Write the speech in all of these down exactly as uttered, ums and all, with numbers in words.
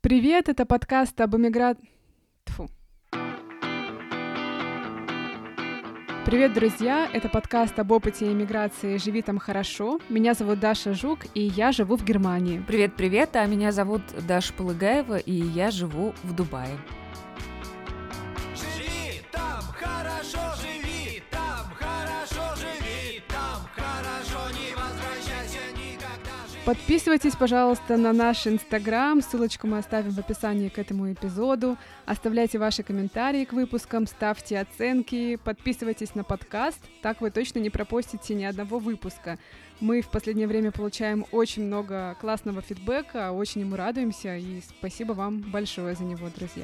Привет, это подкаст об эмиграции. Тьфу. Привет, друзья! Это подкаст об опыте эмиграции «Живи там хорошо». Меня зовут Даша Жук, и я живу в Германии. Привет-привет, а меня зовут Даша Полыгаева, и я живу в Дубае. Живи там хорошо, живи там хорошо, живи там хорошо, не возвращайся никогда. Живи. Подписывайтесь, пожалуйста, на наш Инстаграм, ссылочку мы оставим в описании к этому эпизоду. Оставляйте ваши комментарии к выпускам, ставьте оценки, подписывайтесь на подкаст, так вы точно не пропустите ни одного выпуска. Мы в последнее время получаем очень много классного фидбэка, очень ему радуемся, и спасибо вам большое за него, друзья.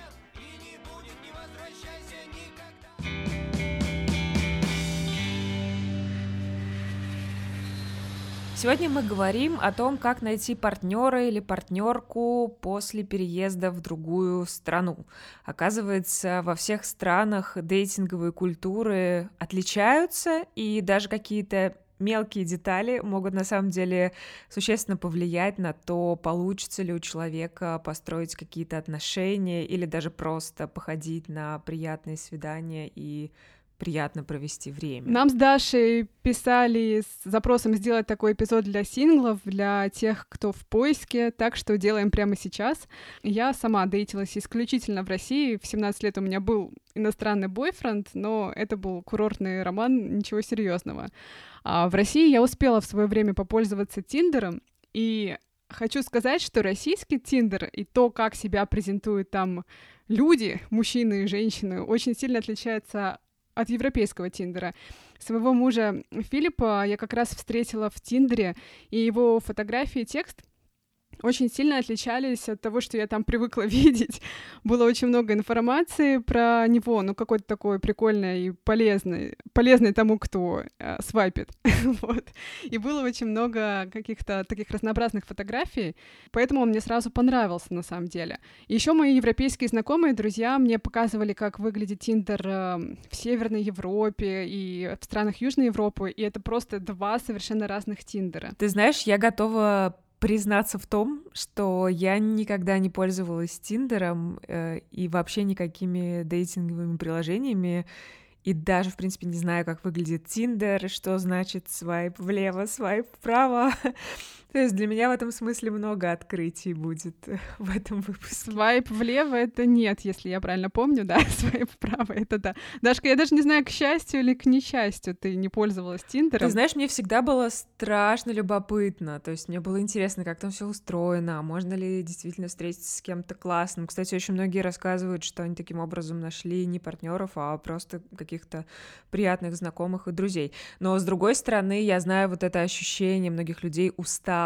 Сегодня мы говорим о том, как найти партнера или партнерку после переезда в другую страну. Оказывается, во всех странах дейтинговые культуры отличаются, и даже какие-то мелкие детали могут на самом деле существенно повлиять на то, получится ли у человека построить какие-то отношения или даже просто походить на приятные свидания и приятно провести время. Нам с Дашей писали с запросом сделать такой эпизод для синглов, для тех, кто в поиске, так что делаем прямо сейчас. Я сама дейтилась исключительно в России. В семнадцать лет у меня был иностранный бойфренд, но это был курортный роман, ничего серьезного. А в России я успела в свое время попользоваться Тиндером, и хочу сказать, что российский Тиндер и то, как себя презентуют там люди, мужчины и женщины, очень сильно отличается от европейского Тиндера. Своего мужа Филиппа я как раз встретила в Тиндере, и его фотографии и текст очень сильно отличались от того, что я там привыкла видеть. Было очень много информации про него, ну, какой-то такой прикольный и полезный, полезный тому, кто э, свайпит. Вот. И было очень много каких-то таких разнообразных фотографий, поэтому он мне сразу понравился, на самом деле. Еще мои европейские знакомые, друзья, мне показывали, как выглядит Тиндер э, в Северной Европе и в странах Южной Европы, и это просто два совершенно разных Тиндера. Ты знаешь, я готова признаться в том, что я никогда не пользовалась Тиндером э, и вообще никакими дейтинговыми приложениями, и даже, в принципе, не знаю, как выглядит Тиндер, что значит свайп влево, свайп вправо. То есть для меня в этом смысле много открытий будет в этом выпуске. Свайп влево — это нет, если я правильно помню, да, свайп вправо — это да. Дашка, я даже не знаю, к счастью или к несчастью ты не пользовалась Тиндером. Ты знаешь, мне всегда было страшно любопытно, то есть мне было интересно, как там все устроено, а можно ли действительно встретиться с кем-то классным. Кстати, очень многие рассказывают, что они таким образом нашли не партнеров, а просто каких-то приятных знакомых и друзей. Но, с другой стороны, я знаю вот это ощущение многих людей усталости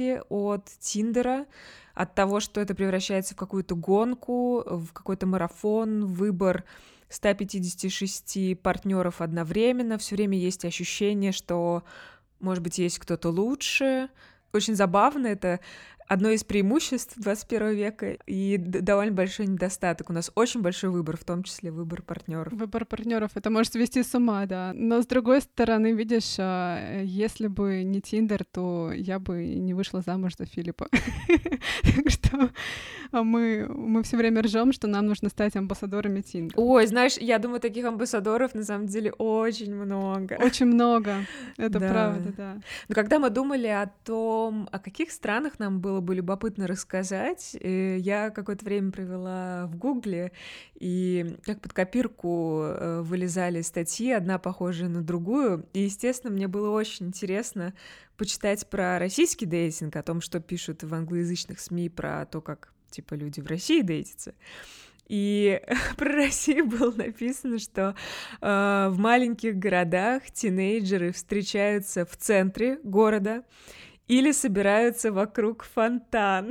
от Тиндера, от того, что это превращается в какую-то гонку, в какой-то марафон, выбор ста пятидесяти шести партнеров одновременно. Все время есть ощущение, что, может быть, есть кто-то лучше. Очень забавно, это одно из преимуществ двадцать первого века и довольно большой недостаток. У нас очень большой выбор, в том числе выбор партнеров. Выбор партнеров это может свести с ума, да. Но с другой стороны, видишь, если бы не Тиндер, то я бы не вышла замуж за Филиппа. Так что мы, мы все время ржем, что нам нужно стать амбассадорами Тиндера. Ой, знаешь, я думаю, таких амбассадоров на самом деле очень много. Очень много, это Да. правда, да. Но когда мы думали о том, о каких странах нам было бы любопытно рассказать, э, я какое-то время провела в Гугле, и как под копирку э, вылезали статьи, одна похожая на другую, и, естественно, мне было очень интересно почитать про российский дейтинг, о том, что пишут в англоязычных СМИ про то, как, типа, люди в России дейтятся. И про Россию было написано, что э, в маленьких городах тинейджеры встречаются в центре города или собираются вокруг фонтана.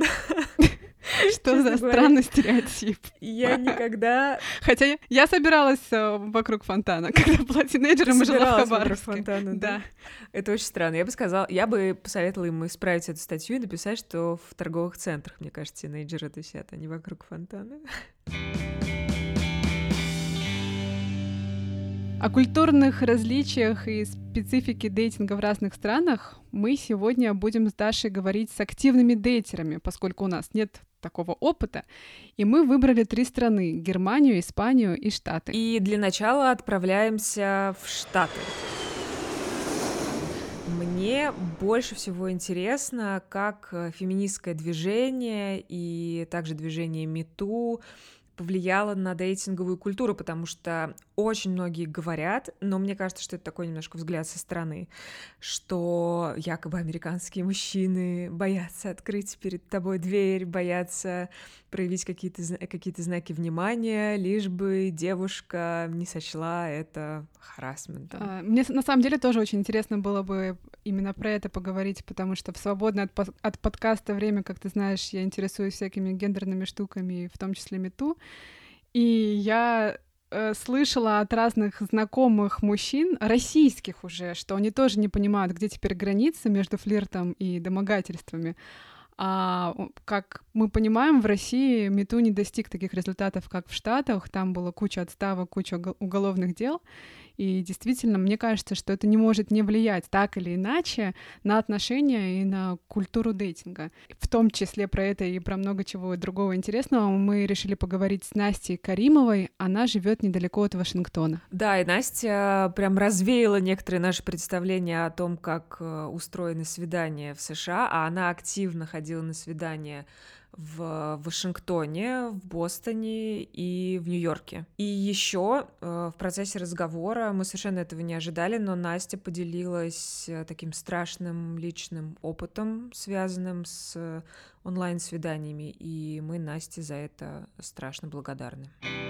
Что за странный стереотип? Я никогда... Хотя я, я собиралась э, вокруг фонтана, когда была тинейджером и жила в собиралась вокруг Хабаровске. фонтана, да. Да. Это очень странно. Я бы сказала, я бы посоветовала им исправить эту статью и написать, что в торговых центрах, мне кажется, тинейджеры тусят, а не вокруг фонтана. О культурных различиях и специфике дейтинга в разных странах мы сегодня будем с Дашей говорить с активными дейтерами, поскольку у нас нет такого опыта. И мы выбрали три страны — Германию, Испанию и Штаты. И для начала отправляемся в Штаты. Мне больше всего интересно, как феминистское движение и также движение MeToo повлияло на дейтинговую культуру, потому что очень многие говорят, но мне кажется, что это такой немножко взгляд со стороны, что якобы американские мужчины боятся открыть перед тобой дверь, боятся проявить какие-то, какие-то знаки внимания, лишь бы девушка не сочла это харассментом. А, мне на самом деле тоже очень интересно было бы именно про это поговорить, потому что в свободное от, по- от подкаста время, как ты знаешь, я интересуюсь всякими гендерными штуками, в том числе MeToo, и я э, слышала от разных знакомых мужчин, российских уже, что они тоже не понимают, где теперь граница между флиртом и домогательствами. А как мы понимаем, в России MeToo не достиг таких результатов, как в Штатах. Там была куча отставок, куча уголовных дел. И действительно, мне кажется, что это не может не влиять так или иначе на отношения и на культуру дейтинга. В том числе про это и про много чего другого интересного мы решили поговорить с Настей Каримовой. Она живет недалеко от Вашингтона. Да, и Настя прям развеяла некоторые наши представления о том, как устроены свидания в США, а она активно ходила на свидания в Вашингтоне, в Бостоне и в Нью-Йорке. И еще э, в процессе разговора мы совершенно этого не ожидали, но Настя поделилась таким страшным личным опытом, связанным с онлайн-свиданиями, и мы Насте за это страшно благодарны.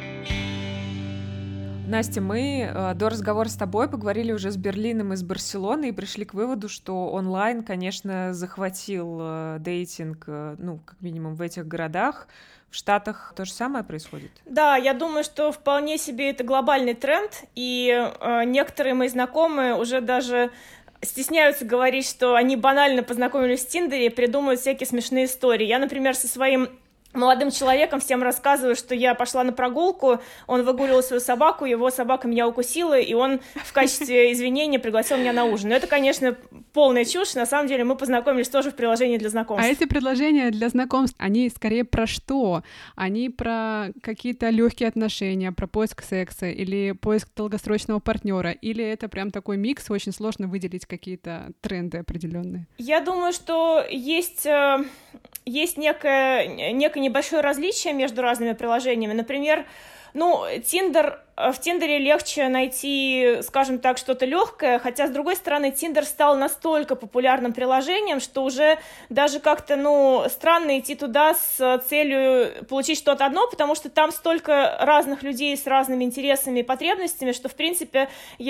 Настя, мы э, до разговора с тобой поговорили уже с Берлином и с Барселоной и пришли к выводу, что онлайн, конечно, захватил э, дейтинг, э, ну, как минимум в этих городах. В Штатах то же самое происходит? Да, я думаю, что вполне себе это глобальный тренд, и э, некоторые мои знакомые уже даже стесняются говорить, что они банально познакомились в Тиндере и придумывают всякие смешные истории. Я, например, со своим молодым человеком всем рассказываю, что я пошла на прогулку, он выгуливал свою собаку, его собака меня укусила, и он в качестве извинения пригласил меня на ужин. Но это, конечно, полная чушь. На самом деле мы познакомились тоже в приложении для знакомств. А эти предложения для знакомств, они скорее про что? Они про какие-то легкие отношения, про поиск секса или поиск долгосрочного партнера, или это прям такой микс, очень сложно выделить какие-то тренды определенные? Я думаю, что есть... Есть некое, некое небольшое различие между разными приложениями. Например, ну, Tinder, в Тиндере легче найти, скажем так, что-то легкое, хотя, с другой стороны, Tinder стал настолько популярным приложением, что уже даже как-то, ну, странно идти туда с целью получить что-то одно, потому что там столько разных людей с разными интересами и потребностями, что, в принципе,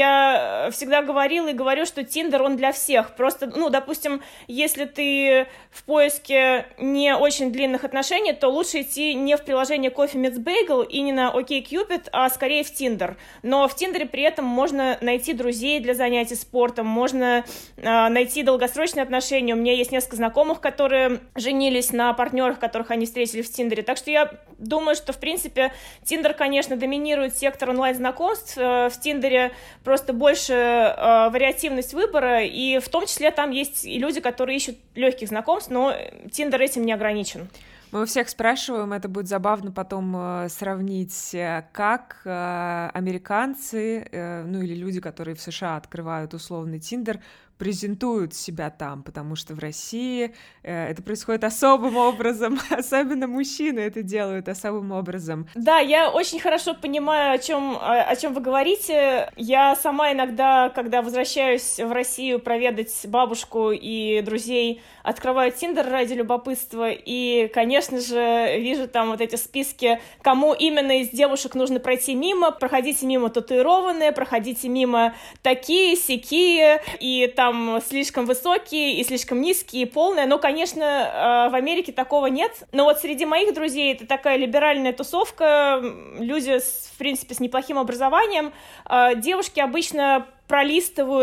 я всегда говорила и говорю, что Tinder, он для всех. Просто, ну, допустим, если ты в поиске не очень длинных отношений, то лучше идти не в приложение Coffee Meets Bagel и не на OkCupid, а скорее в Tinder. Но в Тиндере при этом можно найти друзей для занятий спортом, можно э, найти долгосрочные отношения. У меня есть несколько знакомых, которые женились на партнерах, которых они встретили в Тиндере. Так что я думаю, что, в принципе, Tinder, конечно, доминирует сектор онлайн-знакомств. Э, в Тиндере просто больше э, вариативность выбора, и в том числе там есть и люди, которые ищут легких знакомств, но Tinder этим не ограничен. Мы у всех спрашиваем, это будет забавно потом э, сравнить, как э, американцы, э, ну или люди, которые в США открывают условный Tinder, презентуют себя там, потому что в России э, это происходит особым образом, особенно мужчины это делают особым образом. Да, я очень хорошо понимаю, о чем, о, о чем вы говорите. Я сама иногда, когда возвращаюсь в Россию проведать бабушку и друзей, открываю Tinder ради любопытства и, конечно же, вижу там вот эти списки, кому именно из девушек нужно пройти мимо. Проходите мимо татуированные, проходите мимо такие, сякие, и там Там слишком высокие и слишком низкие, и полные. Но, конечно, в Америке такого нет. Но вот среди моих друзей это такая либеральная тусовка, люди, с, в принципе, с неплохим образованием. Девушки обычно пролистывают и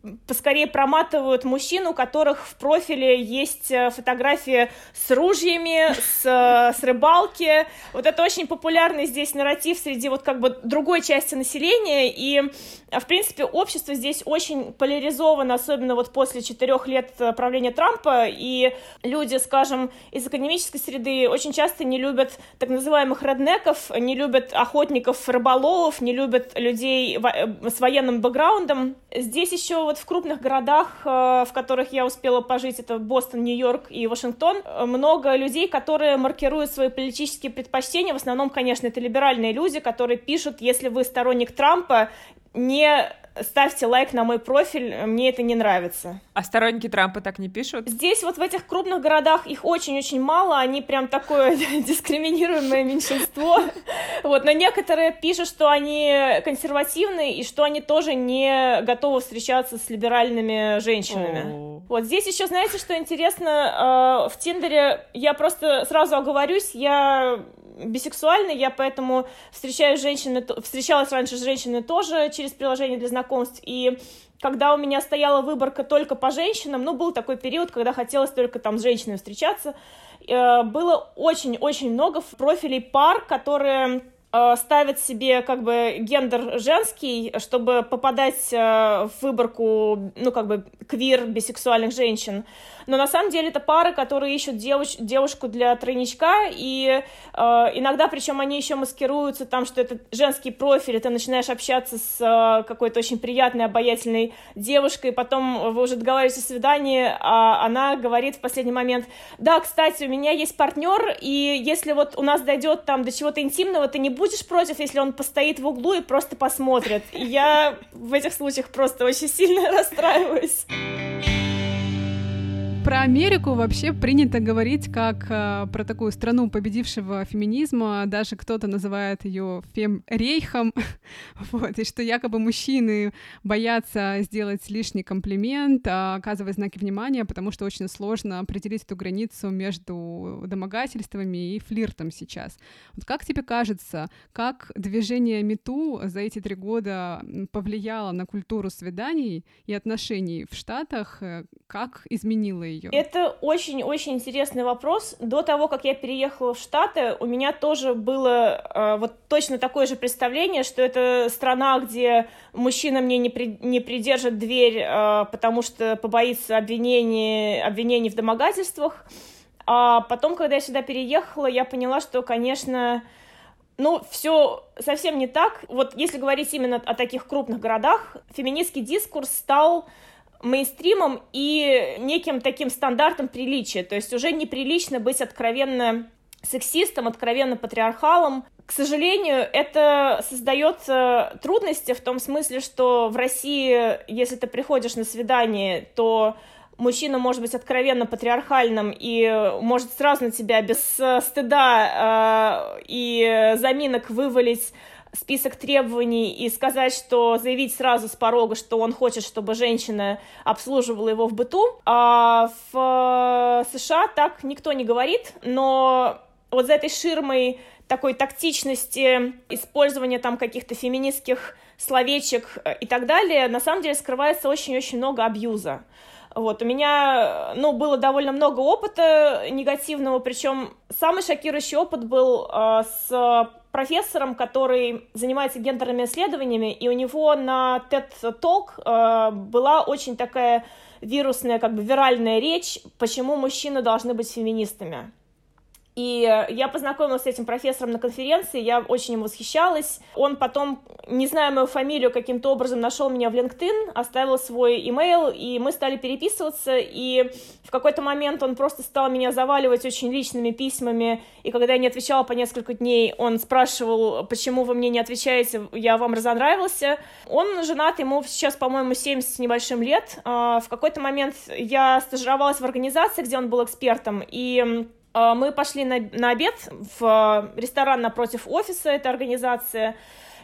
поскорее проматывают мужчин, у которых в профиле есть фотографии с ружьями, с, с рыбалки. Вот это очень популярный здесь нарратив среди вот как бы другой части населения, и, в принципе, общество здесь очень поляризовано, особенно вот после четырех лет правления Трампа, и люди, скажем, из академической среды очень часто не любят так называемых реднеков, не любят охотников, рыболовов, не любят людей с военным бэкграундом. Здесь еще вот в крупных городах, в которых я успела пожить, это Бостон, Нью-Йорк и Вашингтон, много людей, которые маркируют свои политические предпочтения. В основном, конечно, это либеральные люди, которые пишут: если вы сторонник Трампа, не ставьте лайк на мой профиль, мне это не нравится. А сторонники Трампа так не пишут? Здесь вот в этих крупных городах их очень-очень мало, они прям такое дискриминируемое меньшинство. Вот, но некоторые пишут, что они консервативные и что они тоже не готовы встречаться с либеральными женщинами. Oh. Вот здесь еще, знаете, что интересно, в Тиндере я просто сразу оговорюсь, я бисексуальный, я поэтому встречаюсь с женщинами, встречалась раньше с женщинами тоже через приложение для знакомств, и когда у меня стояла выборка только по женщинам, ну, был такой период, когда хотелось только там с женщинами встречаться, было очень-очень много профилей пар, которые ставят себе как бы гендер женский, чтобы попадать в выборку, ну, как бы квир, бисексуальных женщин. Но на самом деле это пары, которые ищут девуш- девушку для тройничка, и э, иногда, причем, они еще маскируются там, что это женский профиль, и ты начинаешь общаться с э, какой-то очень приятной, обаятельной девушкой, потом вы уже договариваетесь о свидании, а она говорит в последний момент: да, кстати, у меня есть партнер, и если вот у нас дойдет там до чего-то интимного, ты не будешь против, если он постоит в углу и просто посмотрит. И я в этих случаях просто очень сильно расстраиваюсь. Про Америку вообще принято говорить как э, про такую страну победившего феминизма, даже кто-то называет ее фем-рейхом, вот, и что якобы мужчины боятся сделать лишний комплимент, а, оказывая знаки внимания, потому что очень сложно определить эту границу между домогательствами и флиртом сейчас. Вот как тебе кажется, как движение МИТУ за эти три года повлияло на культуру свиданий и отношений в Штатах, как изменило ее? Это очень-очень интересный вопрос. До того, как я переехала в Штаты, у меня тоже было э, вот точно такое же представление, что это страна, где мужчина мне не, при, не придержит дверь, э, потому что побоится обвинений, обвинений в домогательствах. А потом, когда я сюда переехала, я поняла, что, конечно, ну, все совсем не так. Вот если говорить именно о таких крупных городах, феминистский дискурс стал мейнстримом и неким таким стандартом приличия. То есть уже неприлично быть откровенно сексистом, откровенно патриархалом. К сожалению, это создает трудности в том смысле, что в России, если ты приходишь на свидание, то мужчина может быть откровенно патриархальным и может сразу на тебя без стыда э, и заминок вывалить список требований и сказать, что заявить сразу с порога, что он хочет, чтобы женщина обслуживала его в быту. А в США так никто не говорит, но вот за этой ширмой такой тактичности, использования там каких-то феминистских словечек и так далее, на самом деле скрывается очень-очень много абьюза. Вот, у меня, ну, было довольно много опыта негативного, причем самый шокирующий опыт был э, с профессором, который занимается гендерными исследованиями, и у него на TED Talk э, была очень такая вирусная, как бы виральная речь, почему мужчины должны быть феминистами. И я познакомилась с этим профессором на конференции, я очень им восхищалась. Он потом, не зная мою фамилию, каким-то образом нашел меня в LinkedIn, оставил свой имейл, и мы стали переписываться, и в какой-то момент он просто стал меня заваливать очень личными письмами, и когда я не отвечала по несколько дней, он спрашивал, почему вы мне не отвечаете, я вам разонравился. Он женат, ему сейчас, по-моему, семьдесят с небольшим лет. В какой-то момент я стажировалась в организации, где он был экспертом, и мы пошли на, на обед в ресторан напротив офиса этой организации,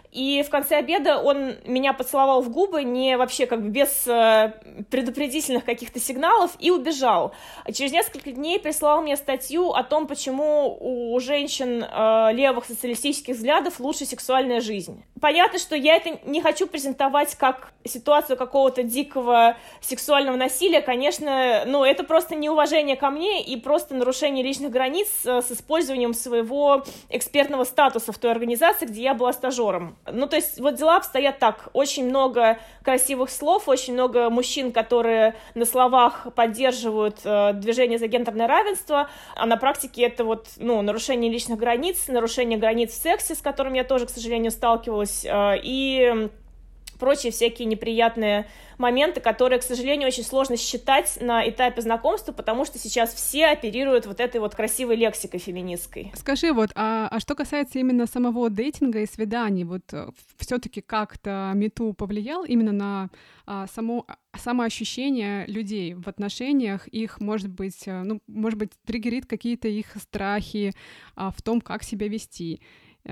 и в конце обеда он меня поцеловал в губы, не вообще как бы без э, предупредительных каких-то сигналов, и убежал. А через несколько дней прислал мне статью о том, почему у женщин э, левых социалистических взглядов лучше сексуальная жизнь. Понятно, что я это не хочу презентовать как ситуацию какого-то дикого сексуального насилия, конечно, но это просто неуважение ко мне и просто нарушение личных границ э, с использованием своего экспертного статуса в той организации, где я была стажером. Ну, то есть вот дела обстоят так. Очень много красивых слов, очень много мужчин, которые на словах поддерживают э, движение за гендерное равенство, а на практике это вот, ну, нарушение личных границ, нарушение границ в сексе, с которым я тоже, к сожалению, сталкивалась, э, и прочие всякие неприятные моменты, которые, к сожалению, очень сложно считать на этапе знакомства, потому что сейчас все оперируют вот этой вот красивой лексикой феминистской. Скажи, вот, а, а что касается именно самого дейтинга и свиданий, вот все-таки как-то MeToo повлиял именно на а, само, самоощущение людей в отношениях, их, может быть, ну, может быть, триггерит какие-то их страхи а, в том, как себя вести.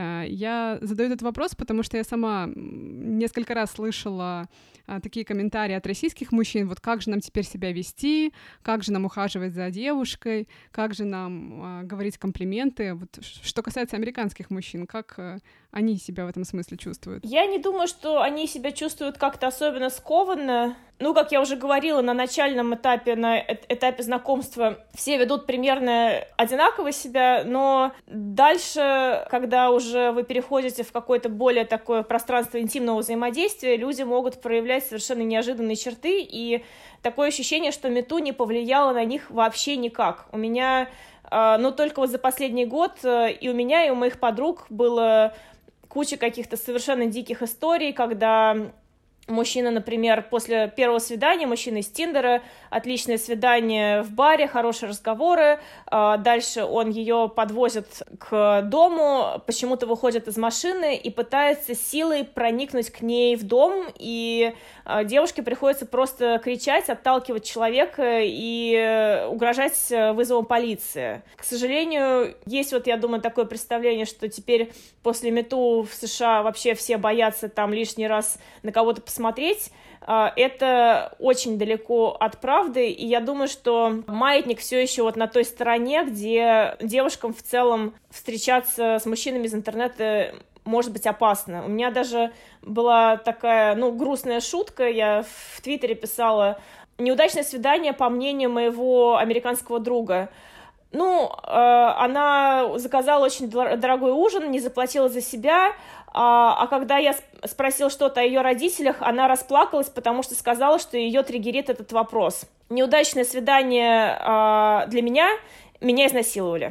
Я задаю этот вопрос, потому что я сама несколько раз слышала а, такие комментарии от российских мужчин, вот как же нам теперь себя вести, как же нам ухаживать за девушкой, как же нам а, говорить комплименты. Вот, что касается американских мужчин, как а, они себя в этом смысле чувствуют? Я не думаю, что они себя чувствуют как-то особенно скованно. Ну, как я уже говорила, на начальном этапе, на этапе знакомства все ведут примерно одинаково себя, но дальше, когда уже вы переходите в какое-то более такое пространство интимного взаимодействия, люди могут проявлять совершенно неожиданные черты, и такое ощущение, что MeToo не повлияло на них вообще никак. У меня, ну, только вот за последний год и у меня, и у моих подруг было куча каких-то совершенно диких историй, когда мужчина, например, после первого свидания, мужчина из Тиндера, отличное свидание в баре, хорошие разговоры, дальше он ее подвозит к дому, почему-то выходит из машины и пытается силой проникнуть к ней в дом, и девушке приходится просто кричать, отталкивать человека и угрожать вызовом полиции. К сожалению, есть вот, я думаю, такое представление, что теперь после MeToo в США вообще все боятся там лишний раз на кого-то посмотреть, смотреть, это очень далеко от правды, и я думаю, что маятник все еще вот на той стороне, где девушкам в целом встречаться с мужчинами из интернета может быть опасно. У меня даже была такая, ну, грустная шутка, я в Твиттере писала: неудачное свидание, по мнению моего американского друга. Ну, э, она заказала очень дорогой ужин, не заплатила за себя, а, а когда я спросил что-то о ее родителях, она расплакалась, потому что сказала, что ее триггерит этот вопрос. Неудачное свидание э, для меня, меня изнасиловали.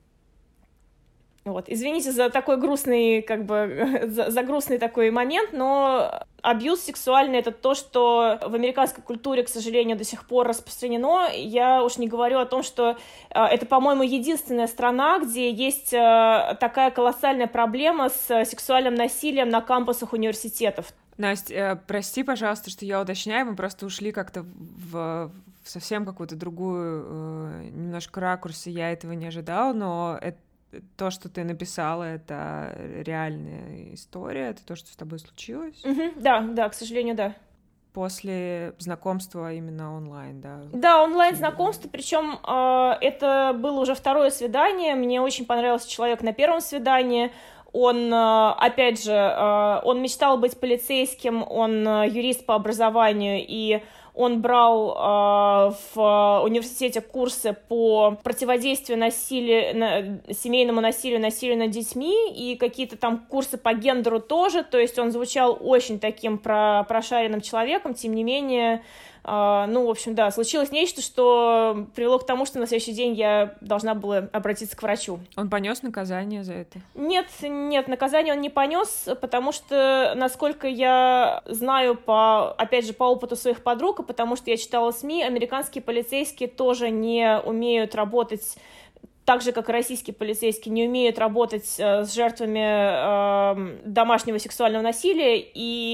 Вот. Извините за такой грустный, как бы, за, за грустный такой момент, но абьюз сексуальный — это то, что в американской культуре, к сожалению, до сих пор распространено. Я уж не говорю о том, что э, это, по-моему, единственная страна, где есть э, такая колоссальная проблема с сексуальным насилием на кампусах университетов. Настя, э, прости, пожалуйста, что я уточняю, мы просто ушли как-то в, в совсем какую-то другую э, немножко ракурс, и я этого не ожидала, но это то, что ты написала, это реальная история, это то, что с тобой случилось? Mm-hmm. Да, да, к сожалению, да. После знакомства именно онлайн, да? Да, онлайн-знакомство, причем э, это было уже второе свидание, мне очень понравился человек на первом свидании. Он, опять же, он мечтал быть полицейским, он юрист по образованию, и он брал э, в университете курсы по противодействию насилию, на, семейному насилию, насилию над детьми, и какие-то там курсы по гендеру тоже, то есть он звучал очень таким про, прошаренным человеком, тем не менее, э, ну, в общем, да, случилось нечто, что привело к тому, что на следующий день я должна была обратиться к врачу. Он понес наказание за это? Нет, нет, наказание он не понес, потому что, насколько я знаю, по, опять же, по опыту своих подруг, потому что я читала СМИ, американские полицейские тоже не умеют работать так же, как и российские полицейские, не умеют работать э, с жертвами э, домашнего сексуального насилия, и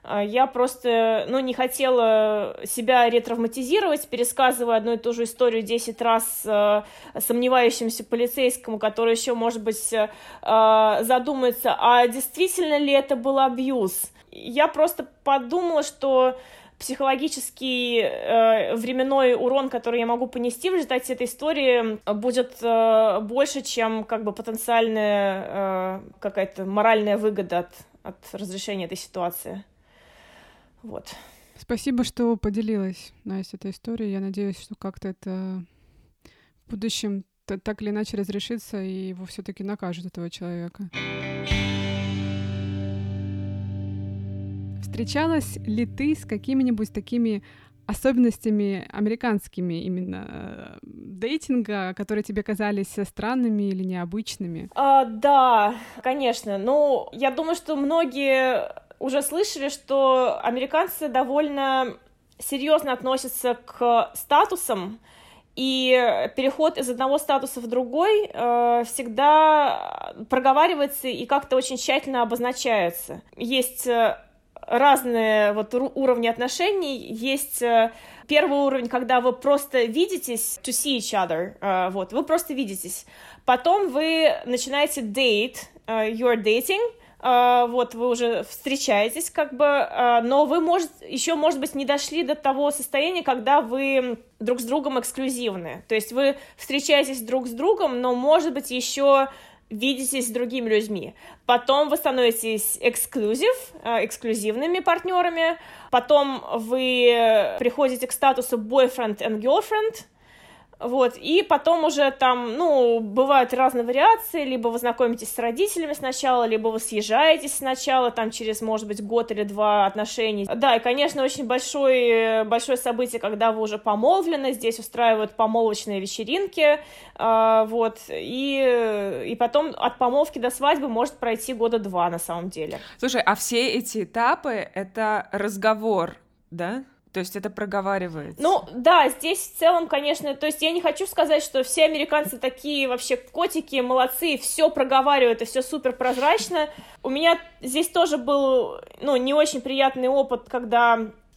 Я просто, ну, не хотела себя ретравматизировать, пересказывая одну и ту же историю десять раз э, сомневающемуся полицейскому, который еще, может быть, э, задумается, а действительно ли это был абьюз. Я просто подумала, что психологический э, временной урон, который я могу понести в результате этой истории, будет э, больше, чем как бы потенциальная э, какая-то моральная выгода от, от разрешения этой ситуации. Вот. Спасибо, что поделилась, Настя, этой историей. Я надеюсь, что как-то это в будущем так или иначе разрешится, и его все-таки накажут, этого человека. Встречалась ли ты с какими-нибудь такими особенностями американскими именно э, дейтинга, которые тебе казались странными или необычными? А, да, конечно. Ну, я думаю, что многие уже слышали, что американцы довольно серьезно относятся к статусам, и переход из одного статуса в другой э, всегда проговаривается и как-то очень тщательно обозначается. Есть разные вот уровни отношений. Есть первый уровень, когда вы просто видитесь, to see each other, uh, вот, вы просто видитесь. Потом вы начинаете date, uh, you're dating, uh, вот, вы уже встречаетесь, как бы, uh, но вы, может, еще, может быть, не дошли до того состояния, когда вы друг с другом эксклюзивны. То есть вы встречаетесь друг с другом, но, может быть, еще видитесь с другими людьми. Потом вы становитесь эксклюзив, эксклюзивными партнерами. Потом вы приходите к статусу boyfriend and girlfriend. Вот, и потом уже там, ну, бывают разные вариации, либо вы знакомитесь с родителями сначала, либо вы съезжаетесь сначала, там, через, может быть, год или два отношений. Да, и, конечно, очень большое, большое событие, когда вы уже помолвлены, здесь устраивают помолвочные вечеринки, э, вот, и, и потом от помолвки до свадьбы может пройти года два, на самом деле. Слушай, а все эти этапы — это разговор, да? То есть это проговаривается? Ну, да, здесь в целом, конечно, то есть я не хочу сказать, что все американцы такие вообще котики, молодцы, все проговаривают и все супер прозрачно. У меня здесь тоже был, ну, не очень приятный опыт, когда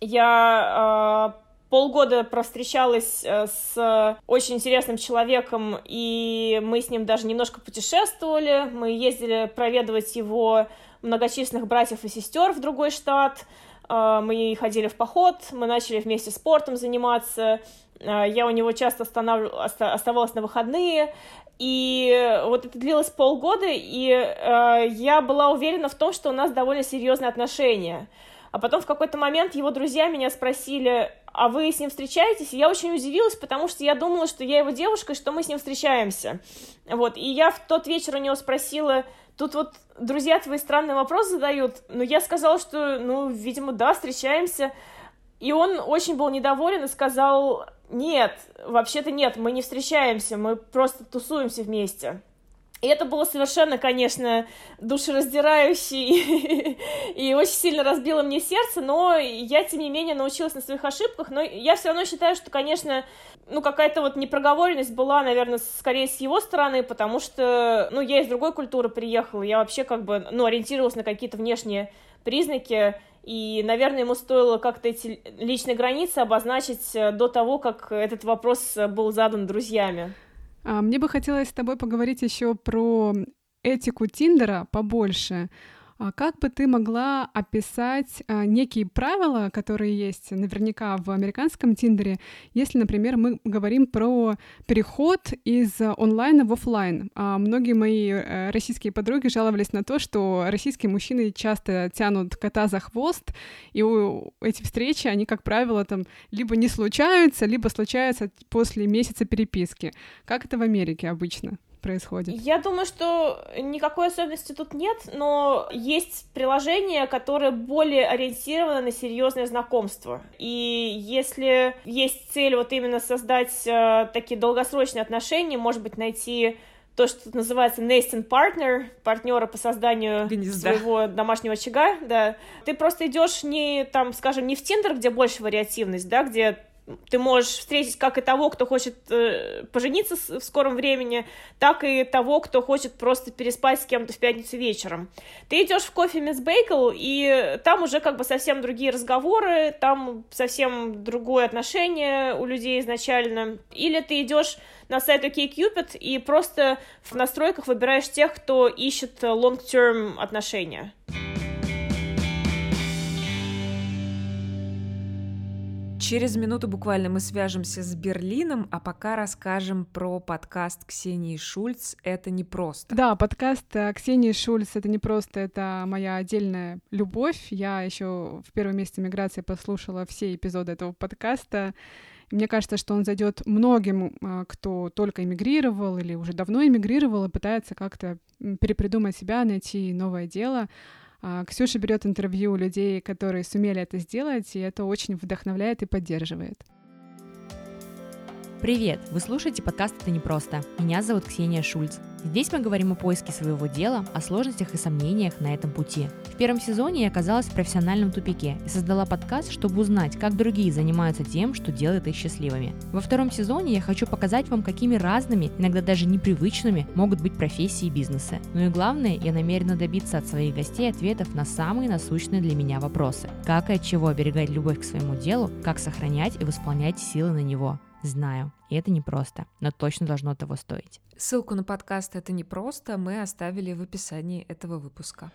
я э, полгода провстречалась с очень интересным человеком, и мы с ним даже немножко путешествовали, мы ездили проведывать его многочисленных братьев и сестер в другой штат. Мы ходили в поход, мы начали вместе спортом заниматься, я у него часто останов... оставалась на выходные, и вот это длилось полгода, и э, я была уверена в том, что у нас довольно серьезные отношения. А потом в какой-то момент его друзья меня спросили: а вы с ним встречаетесь? И я очень удивилась, потому что я думала, что я его девушка, и что мы с ним встречаемся. Вот, и я в тот вечер у него спросила: тут вот друзья твои странный вопрос задают, но я сказала, что, ну, видимо, да, встречаемся. И он очень был недоволен и сказал: нет, вообще-то нет, мы не встречаемся, мы просто тусуемся вместе. И это было совершенно, конечно, душераздирающе и, и очень сильно разбило мне сердце, но я, тем не менее, научилась на своих ошибках, но я все равно считаю, что, конечно, ну, какая-то вот непроговоренность была, наверное, скорее с его стороны, потому что, ну, я из другой культуры приехала, я вообще как бы, ну, ориентировалась на какие-то внешние признаки, и, наверное, ему стоило как-то эти личные границы обозначить до того, как этот вопрос был задан друзьями. Мне бы хотелось с тобой поговорить еще про этику Тиндера побольше. Как бы ты могла описать некие правила, которые есть наверняка в американском Тиндере, если, например, мы говорим про переход из онлайна в офлайн? Многие мои российские подруги жаловались на то, что российские мужчины часто тянут кота за хвост, и эти встречи, они, как правило, там либо не случаются, либо случаются после месяца переписки. Как это в Америке обычно происходит? Я думаю, что никакой особенности тут нет, но есть приложения, которые более ориентированы на серьезное знакомство. И если есть цель вот именно создать э, такие долгосрочные отношения, может быть, найти то, что тут называется nascent partner, партнера по созданию Гнезда. Своего домашнего очага, да, ты просто идешь не, там, скажем, не в Tinder, где больше вариативность, да, где ты можешь встретить как и того, кто хочет э, пожениться в скором времени, так и того, кто хочет просто переспать с кем-то в пятницу вечером. Ты идешь в кофе Мисс Бейкл, и там уже как бы совсем другие разговоры, там совсем другое отношение у людей изначально. Или ты идешь на сайт OkCupid и просто в настройках выбираешь тех, кто ищет long-term отношения. Через минуту буквально мы свяжемся с Берлином, а пока расскажем про подкаст Ксении Шульц «Это непросто». Да, подкаст Ксении Шульц «Это непросто» — это моя отдельная любовь. Я еще в первом месяце миграции послушала все эпизоды этого подкаста. Мне кажется, что он зайдет многим, кто только эмигрировал или уже давно эмигрировал и пытается как-то перепридумать себя, найти новое дело. Ксюша берет интервью у людей, которые сумели это сделать, и это очень вдохновляет и поддерживает. Привет! Вы слушаете подкаст «Это непросто». Меня зовут Ксения Шульц. Здесь мы говорим о поиске своего дела, о сложностях и сомнениях на этом пути. В первом сезоне я оказалась в профессиональном тупике и создала подкаст, чтобы узнать, как другие занимаются тем, что делает их счастливыми. Во втором сезоне я хочу показать вам, какими разными, иногда даже непривычными, могут быть профессии и бизнесы. Ну и главное, я намерена добиться от своих гостей ответов на самые насущные для меня вопросы. Как и от чего оберегать любовь к своему делу, как сохранять и восполнять силы на него. Знаю, и это непросто, но точно должно того стоить. Ссылку на подкаст «Это непросто» мы оставили в описании этого выпуска.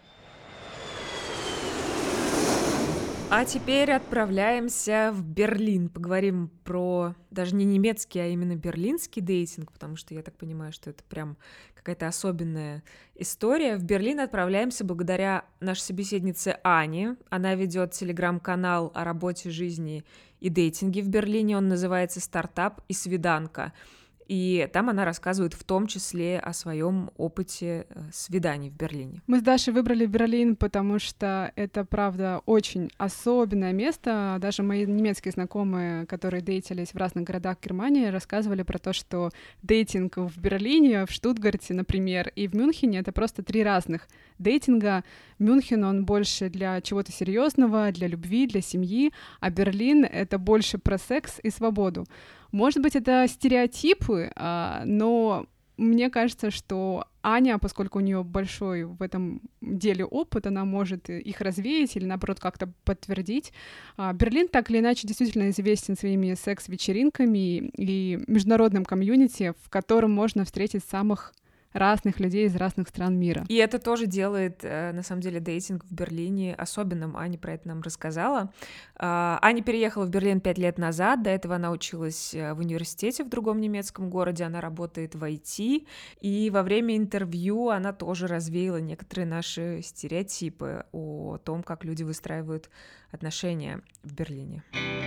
А теперь отправляемся в Берлин. Поговорим про даже не немецкий, а именно берлинский дейтинг, потому что я так понимаю, что это прям какая-то особенная история. В Берлин отправляемся благодаря нашей собеседнице Ане. Она ведет телеграм-канал о работе, жизни и дейтинге в Берлине. Он называется «Стартап и свиданка». И там она рассказывает в том числе о своем опыте свиданий в Берлине. Мы с Дашей выбрали Берлин, потому что это, правда, очень особенное место. Даже мои немецкие знакомые, которые дейтились в разных городах Германии, рассказывали про то, что дейтинг в Берлине, в Штутгарте, например, и в Мюнхене — это просто три разных дейтинга. Мюнхен, он больше для чего-то серьезного, для любви, для семьи, а Берлин — это больше про секс и свободу. Может быть, это стереотипы, но мне кажется, что Аня, поскольку у нее большой в этом деле опыт, она может их развеять или, наоборот, как-то подтвердить. Берлин так или иначе действительно известен своими секс-вечеринками и международным комьюнити, в котором можно встретить самых разных людей из разных стран мира. И это тоже делает, на самом деле, дейтинг в Берлине особенным. Аня про это нам рассказала. Аня переехала в Берлин пять лет назад. До этого она училась в университете в другом немецком городе. Она работает в ай ти. И во время интервью она тоже развеяла некоторые наши стереотипы о том, как люди выстраивают отношения в Берлине.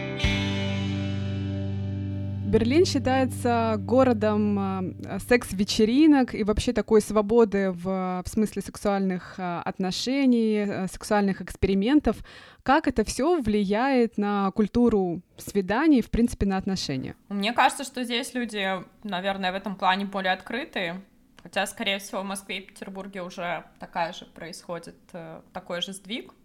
Берлин считается городом секс-вечеринок и вообще такой свободы в, в смысле сексуальных отношений, сексуальных экспериментов. Как это все влияет на культуру свиданий, в принципе, на отношения? Мне кажется, что здесь люди, наверное, в этом плане более открытые. Хотя, скорее всего, в Москве и Петербурге уже такая же происходит, такой же сдвиг.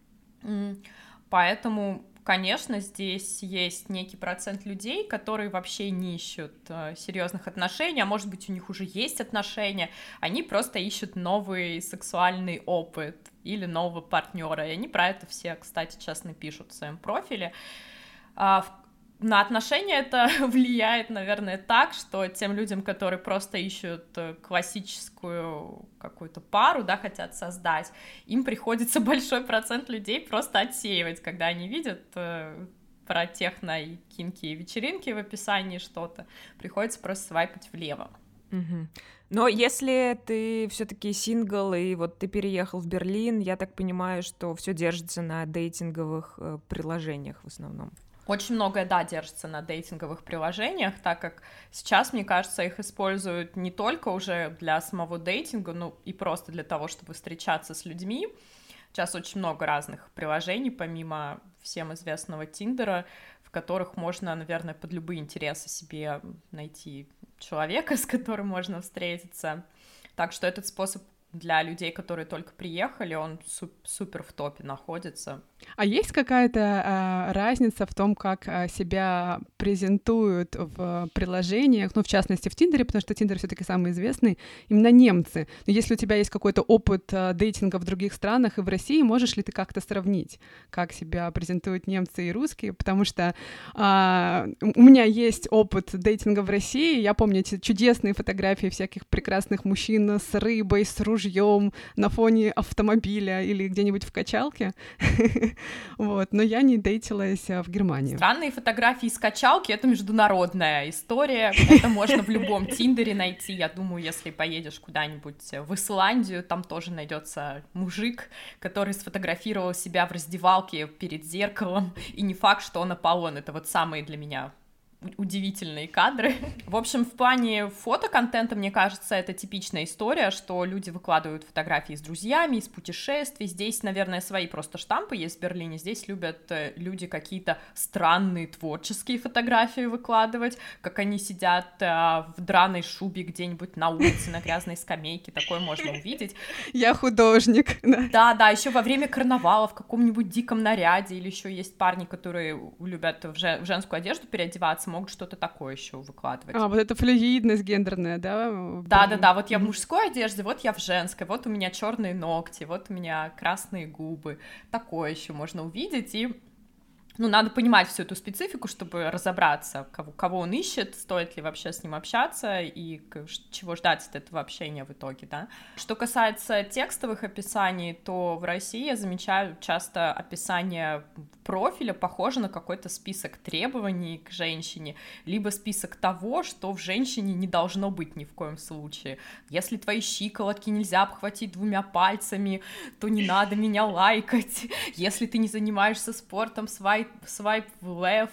Поэтому, конечно, здесь есть некий процент людей, которые вообще не ищут э, серьезных отношений, а может быть, у них уже есть отношения, они просто ищут новый сексуальный опыт или нового партнера. И они про это все, кстати, честно пишут в своем профиле. А, в На отношения это влияет, наверное, так, что тем людям, которые просто ищут классическую какую-то пару, да, хотят создать, им приходится большой процент людей просто отсеивать, когда они видят э, про техно и кинки и вечеринки в описании что-то, приходится просто свайпать влево. Угу. Но если ты все-таки сингл и вот ты переехал в Берлин, я так понимаю, что все держится на дейтинговых э, приложениях в основном. Очень многое, да, держится на дейтинговых приложениях, так как сейчас, мне кажется, их используют не только уже для самого дейтинга, но и просто для того, чтобы встречаться с людьми. Сейчас очень много разных приложений, помимо всем известного Тиндера, в которых можно, наверное, под любые интересы себе найти человека, с которым можно встретиться. Так что этот способ для людей, которые только приехали, он супер в топе находится. А есть какая-то э, разница в том, как э, себя презентуют в приложениях, ну, в частности, в Тиндере, потому что Тиндер все-таки самый известный, именно немцы. Но если у тебя есть какой-то опыт э, дейтинга в других странах и в России, можешь ли ты как-то сравнить, как себя презентуют немцы и русские? Потому что э, у меня есть опыт дейтинга в России. Я помню эти чудесные фотографии всяких прекрасных мужчин с рыбой, с ружьем на фоне автомобиля или где-нибудь в качалке. Вот, но я не дейтилась в Германии. Странные фотографии с качалки — это международная история, это можно в любом Тиндере найти. Я думаю, если поедешь куда-нибудь в Исландию, там тоже найдется мужик, который сфотографировал себя в раздевалке перед зеркалом, и не факт, что он Аполлон. Это вот самые для меня удивительные кадры. В общем, в плане фотоконтента, мне кажется, это типичная история, что люди выкладывают фотографии с друзьями, из путешествий. Здесь, наверное, свои просто штампы есть в Берлине. Здесь любят люди какие-то странные творческие фотографии выкладывать, как они сидят в драной шубе где-нибудь на улице, на грязной скамейке. Такое можно увидеть. Я художник. Да, да, еще во время карнавала в каком-нибудь диком наряде, или еще есть парни, которые любят в женскую одежду переодеваться, могут что-то такое еще выкладывать. А, вот это флюидность гендерная, да? Да-да-да, вот я в мужской одежде, вот я в женской, вот у меня черные ногти, вот у меня красные губы. Такое еще можно увидеть, и ну, надо понимать всю эту специфику, чтобы разобраться, кого, кого он ищет, стоит ли вообще с ним общаться и чего ждать от этого общения в итоге, да. Что касается текстовых описаний, то в России я замечаю часто описание профиля похоже на какой-то список требований к женщине, либо список того, что в женщине не должно быть ни в коем случае. Если твои щиколотки нельзя обхватить двумя пальцами, то не надо меня лайкать. Если ты не занимаешься спортом, свайп свайп left,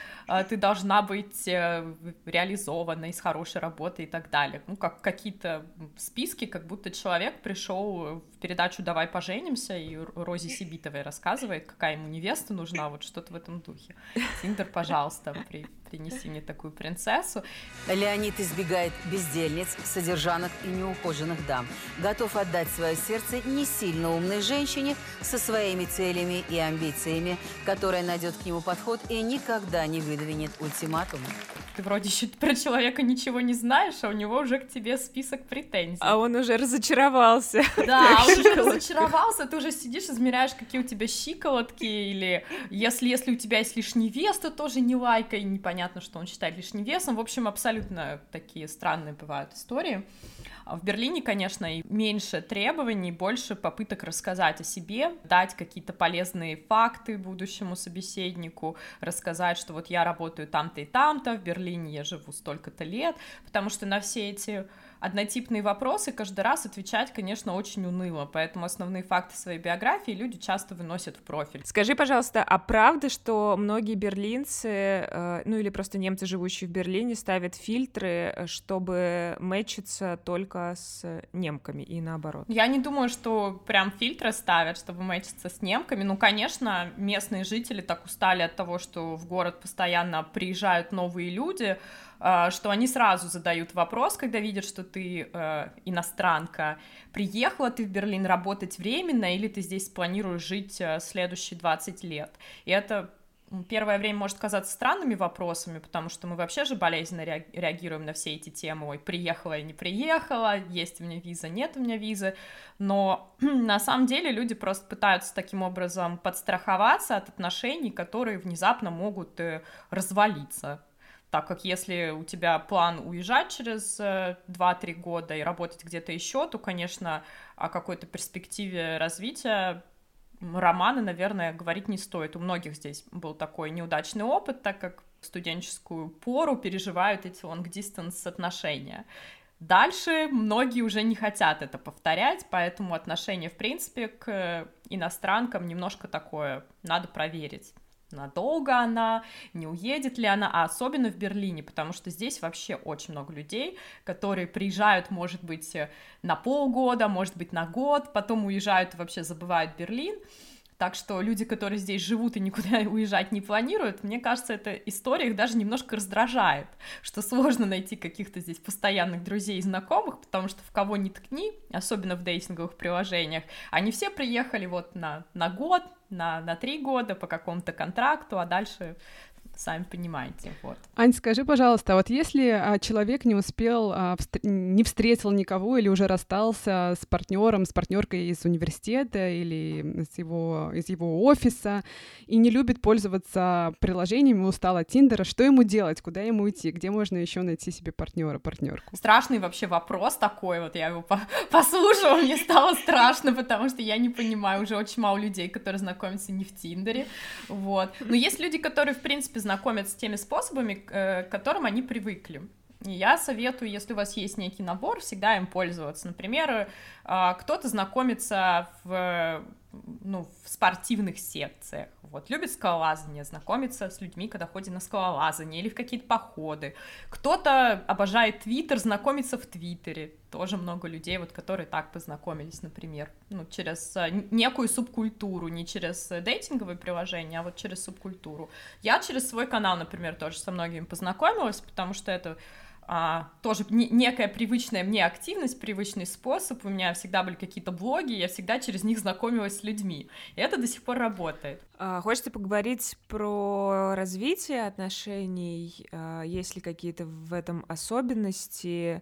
ты должна быть реализованной, с хорошей работой и так далее. Ну, как какие-то списки, как будто человек пришел в передачу «Давай поженимся», и Розе Сибитовой рассказывает, какая ему невеста нужна, вот что-то в этом духе. Тиндер, пожалуйста, при, принеси мне такую принцессу. Леонид избегает бездельниц, содержанок и неухоженных дам. Готов отдать свое сердце не сильно умной женщине со своими целями и амбициями, которая найдет к нему подход и никогда не выдвинет ультиматума. Ты вроде еще про человека ничего не знаешь, а у него уже к тебе список претензий. А он уже разочаровался. Да, он уже разочаровался, ты уже сидишь, измеряешь, какие у тебя щиколотки, или если, если у тебя есть лишний вес, то тоже не лайкай, непонятно, что он считает лишним весом. В общем, абсолютно такие странные бывают истории. В Берлине, конечно, меньше требований, больше попыток рассказать о себе, дать какие-то полезные факты будущему собеседнику, рассказать, что вот я работаю там-то и там-то, в Берлине я живу столько-то лет, потому что на все эти однотипные вопросы каждый раз отвечать, конечно, очень уныло, поэтому основные факты своей биографии люди часто выносят в профиль. Скажи, пожалуйста, а правда, что многие берлинцы, э, ну или просто немцы, живущие в Берлине, ставят фильтры, чтобы мэчиться только с немками и наоборот? Я не думаю, что прям фильтры ставят, чтобы мэчиться с немками. Ну, конечно, местные жители так устали от того, что в город постоянно приезжают новые люди, что они сразу задают вопрос, когда видят, что ты э, иностранка. Приехала ты в Берлин работать временно, или ты здесь планируешь жить э, следующие двадцать лет? И это первое время может казаться странными вопросами, потому что мы вообще же болезненно реагируем на все эти темы. Ой, приехала я, не приехала, есть у меня виза, нет у меня визы. Но на самом деле люди просто пытаются таким образом подстраховаться от отношений, которые внезапно могут э, развалиться. Так как если у тебя план уезжать через два-три года и работать где-то еще, то, конечно, о какой-то перспективе развития романа, наверное, говорить не стоит. У многих здесь был такой неудачный опыт, так как в студенческую пору переживают эти long-distance отношения. Дальше многие уже не хотят это повторять, поэтому отношение, в принципе, к иностранкам немножко такое, надо проверить. Надолго она, не уедет ли она, а особенно в Берлине, потому что здесь вообще очень много людей, которые приезжают, может быть, на полгода, может быть, на год, потом уезжают и вообще забывают Берлин. Так что люди, которые здесь живут и никуда уезжать не планируют, мне кажется, эта история их даже немножко раздражает, что сложно найти каких-то здесь постоянных друзей и знакомых, потому что в кого ни ткни, особенно в дейтинговых приложениях, они все приехали вот на, на год, на, на три года по какому-то контракту, а дальше... Сами понимаете, вот. Ань, скажи, пожалуйста, вот если а, человек не успел, а, встр... не встретил никого или уже расстался с партнером, с партнеркой из университета или из его, из его офиса и не любит пользоваться приложениями, устал от Тиндера, что ему делать, куда ему идти, где можно еще найти себе партнера, партнерку? Страшный вообще вопрос такой, вот я его по- послушала, мне стало страшно, потому что я не понимаю, уже очень мало людей, которые знакомятся не в Тиндере, вот. Но есть люди, которые, в принципе, знакомятся с теми способами, к которым они привыкли. И я советую, если у вас есть некий набор, всегда им пользоваться. Например, кто-то знакомится в, ну, в спортивных секциях, вот, любит скалолазание, знакомится с людьми, когда ходит на скалолазание или в какие-то походы. Кто-то обожает Твиттер, знакомится в Твиттере. Тоже много людей, вот, которые так познакомились, например, ну, через некую субкультуру, не через дейтинговые приложения, а вот через субкультуру. Я через свой канал, например, тоже со многими познакомилась, потому что это а, тоже не, некая привычная мне активность, привычный способ. У меня всегда были какие-то блоги, я всегда через них знакомилась с людьми. И это до сих пор работает. А, хочется поговорить про развитие отношений? А, есть ли какие-то в этом особенности?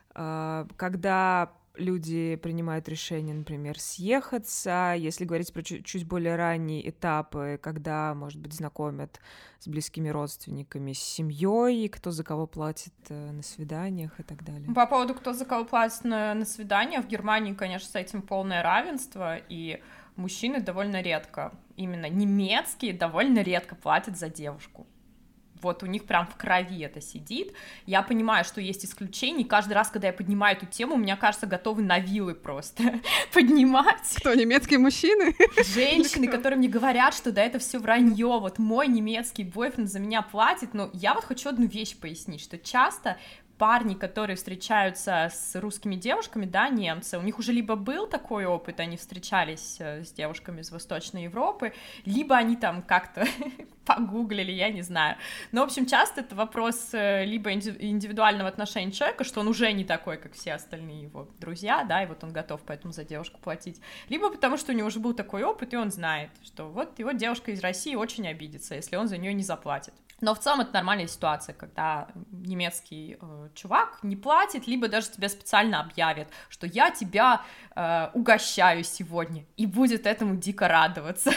Когда люди принимают решение, например, съехаться, если говорить про чуть, чуть более ранние этапы, когда, может быть, знакомят с близкими родственниками, с семьей, кто за кого платит на свиданиях и так далее. По поводу, кто за кого платит на, на свидания, в Германии, конечно, с этим полное равенство, и мужчины довольно редко, именно немецкие, довольно редко платят за девушку. Вот у них прям в крови это сидит. Я понимаю, что есть исключения, и каждый раз, когда я поднимаю эту тему, мне кажется, готовы на вилы просто поднимать. Кто, немецкие мужчины? Женщины, которые мне говорят, что да, это все вранье, вот мой немецкий бойфренд за меня платит, но я вот хочу одну вещь пояснить, что часто парни, которые встречаются с русскими девушками, да, немцы, у них уже либо был такой опыт, они встречались с девушками из Восточной Европы, либо они там как-то погуглили, я не знаю. Но, в общем, часто это вопрос либо индивидуального отношения человека, что он уже не такой, как все остальные его друзья, да, и вот он готов поэтому за девушку платить, либо потому что у него уже был такой опыт, и он знает, что вот его девушка из России очень обидится, если он за нее не заплатит. Но в целом это нормальная ситуация, когда немецкий э, чувак не платит, либо даже тебя специально объявит, что я тебя э, угощаю сегодня, и будет этому дико радоваться.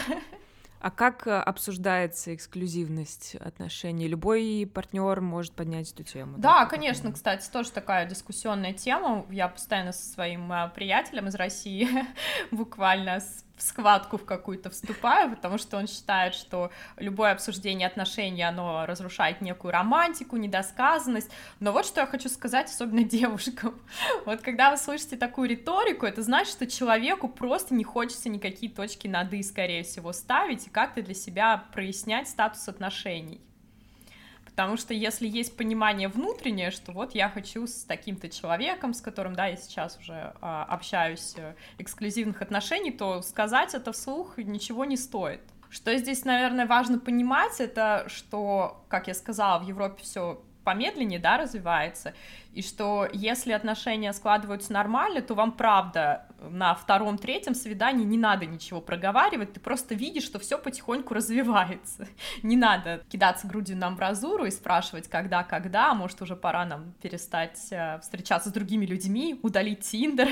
А как обсуждается эксклюзивность отношений? Любой партнер может поднять эту тему. Да, да, конечно, кстати, тоже такая дискуссионная тема. Я постоянно со своим приятелем из России буквально в схватку в какую-то вступаю, потому что он считает, что любое обсуждение отношений, оно разрушает некую романтику, недосказанность. Но вот что я хочу сказать, особенно девушкам. Вот когда вы слышите такую риторику, это значит, что человеку просто не хочется никакие точки над «и», скорее всего, ставить и как-то для себя прояснять статус отношений. Потому что если есть понимание внутреннее, что вот я хочу с таким-то человеком, с которым, да, я сейчас уже а, общаюсь, эксклюзивных отношений, то сказать это вслух ничего не стоит. Что здесь, наверное, важно понимать, это что, как я сказала, в Европе все помедленнее, да, развивается, и что если отношения складываются нормально, то вам, правда, на втором-третьем свидании не надо ничего проговаривать, ты просто видишь, что все потихоньку развивается. Не надо кидаться грудью на амбразуру и спрашивать, когда, когда, может, уже пора нам перестать встречаться с другими людьми, удалить Тиндер,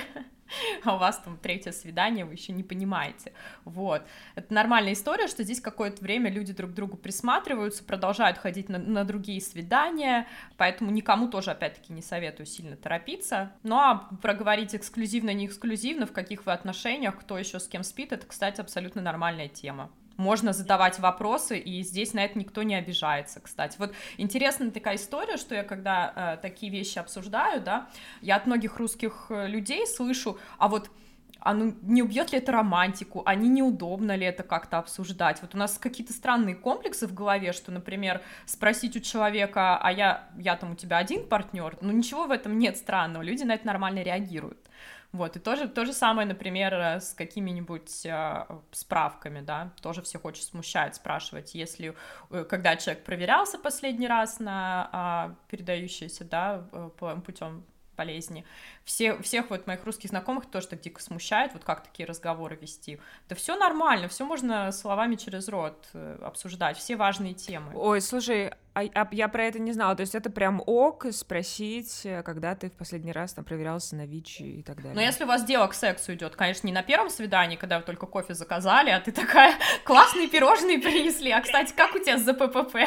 а у вас там третье свидание, вы еще не понимаете, вот. Это нормальная история, что здесь какое-то время люди друг к другу присматриваются, продолжают ходить на, на другие свидания, поэтому никому тоже, опять-таки, не советую сильно торопиться, ну а проговорить эксклюзивно, не эксклюзивно, в каких вы отношениях, кто еще с кем спит, это, кстати, абсолютно нормальная тема. Можно задавать вопросы, и здесь на это никто не обижается, кстати. Вот интересная такая история, что я когда э, такие вещи обсуждаю, да, я от многих русских людей слышу, а вот а ну, не убьет ли это романтику, а не неудобно ли это как-то обсуждать? Вот у нас какие-то странные комплексы в голове, что, например, спросить у человека, а я, я там у тебя один партнер, ну ничего в этом нет странного, люди на это нормально реагируют. Вот, и тоже то же самое, например, с какими-нибудь э, справками, да, тоже всех очень смущает спрашивать, если, э, когда человек проверялся последний раз на э, передающиеся, да, путем болезни. Все, всех вот моих русских знакомых тоже так дико смущает, вот как такие разговоры вести. Да все нормально, все можно словами через рот обсуждать, все важные темы. Ой, слушай, а, а я про это не знала, то есть это прям ок спросить, когда ты в последний раз там проверялся на ВИЧ и так далее. Но если у вас дело к сексу идет, конечно, не на первом свидании, когда вы только кофе заказали, а ты такая, классные пирожные принесли, а, кстати, как у тебя с ЗППП?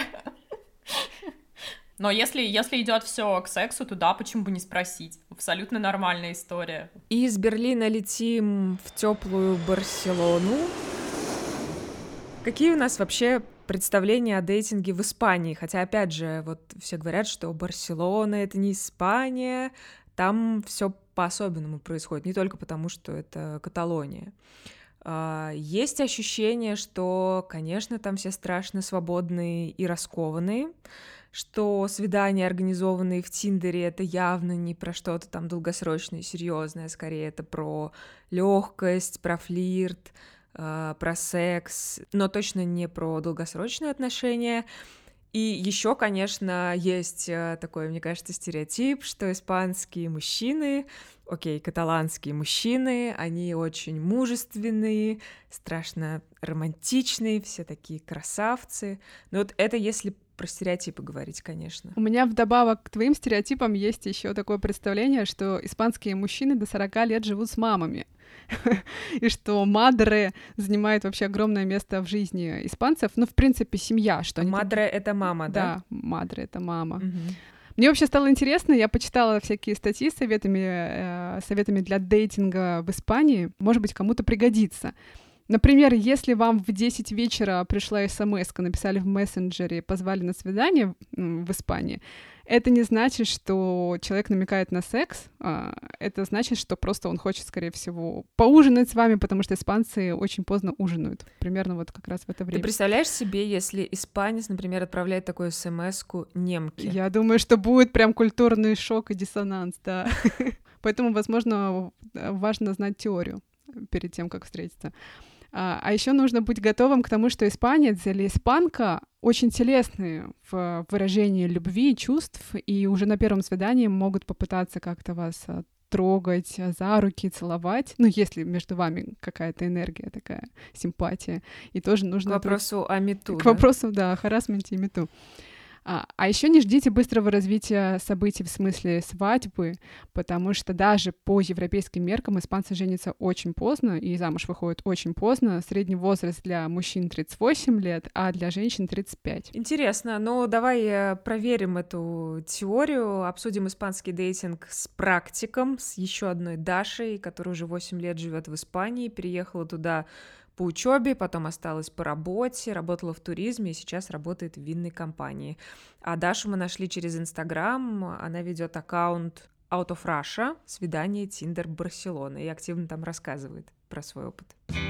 Но если, если идет все к сексу, то да, почему бы не спросить? Абсолютно нормальная история. Из Берлина летим в теплую Барселону. Какие у нас вообще представления о дейтинге в Испании? Хотя, опять же, вот все говорят, что Барселона — это не Испания, там все по-особенному происходит, не только потому, что это Каталония. Есть ощущение, что, конечно, там все страшно свободные и раскованные, что свидания, организованные в Тиндере, это явно не про что-то там долгосрочное и серьезное, скорее это про легкость, про флирт, э, про секс, но точно не про долгосрочные отношения. И еще, конечно, есть такой, мне кажется, стереотип, что испанские мужчины, окей, каталанские мужчины, они очень мужественные, страшно романтичные, все такие красавцы. Но вот это если про стереотипы говорить, конечно. У меня вдобавок к твоим стереотипам есть еще такое представление, что испанские мужчины до сорока лет живут с мамами. И что мадре занимает вообще огромное место в жизни испанцев. Ну, в принципе, семья. Что мадре — это мама, да? Да, мадре — это мама. Угу. Мне вообще стало интересно, я почитала всякие статьи с советами, э, советами для дейтинга в Испании. Может быть, кому-то пригодится. Например, если вам в десять вечера пришла смс-ка, написали в мессенджере, позвали на свидание в Испании, это не значит, что человек намекает на секс, это значит, что просто он хочет, скорее всего, поужинать с вами, потому что испанцы очень поздно ужинают, примерно вот как раз в это время. Ты представляешь себе, если испанец, например, отправляет такую смс-ку немке? Я думаю, что будет прям культурный шок и диссонанс, да. Поэтому, возможно, важно знать теорию перед тем, как встретиться. А, а еще нужно быть готовым к тому, что испанец или испанка очень телесные в выражении любви и чувств, и уже на первом свидании могут попытаться как-то вас трогать за руки, целовать, ну, если между вами какая-то энергия такая, симпатия, и тоже нужно... К вопросу о мету, К да? вопросу, да, о харассменте и мету. А, а еще не ждите быстрого развития событий в смысле свадьбы, потому что даже по европейским меркам испанцы женятся очень поздно и замуж выходят очень поздно. Средний возраст для мужчин тридцать восемь лет, а для женщин тридцать пять. Интересно, ну давай проверим эту теорию, обсудим испанский дейтинг с практиком, с еще одной Дашей, которая уже восемь лет живет в Испании, переехала туда по учебе, потом осталась по работе, работала в туризме и сейчас работает в винной компании. А Дашу мы нашли через Инстаграм, она ведет аккаунт Out of Russia, свидание Tinder Барселона, и активно там рассказывает про свой опыт.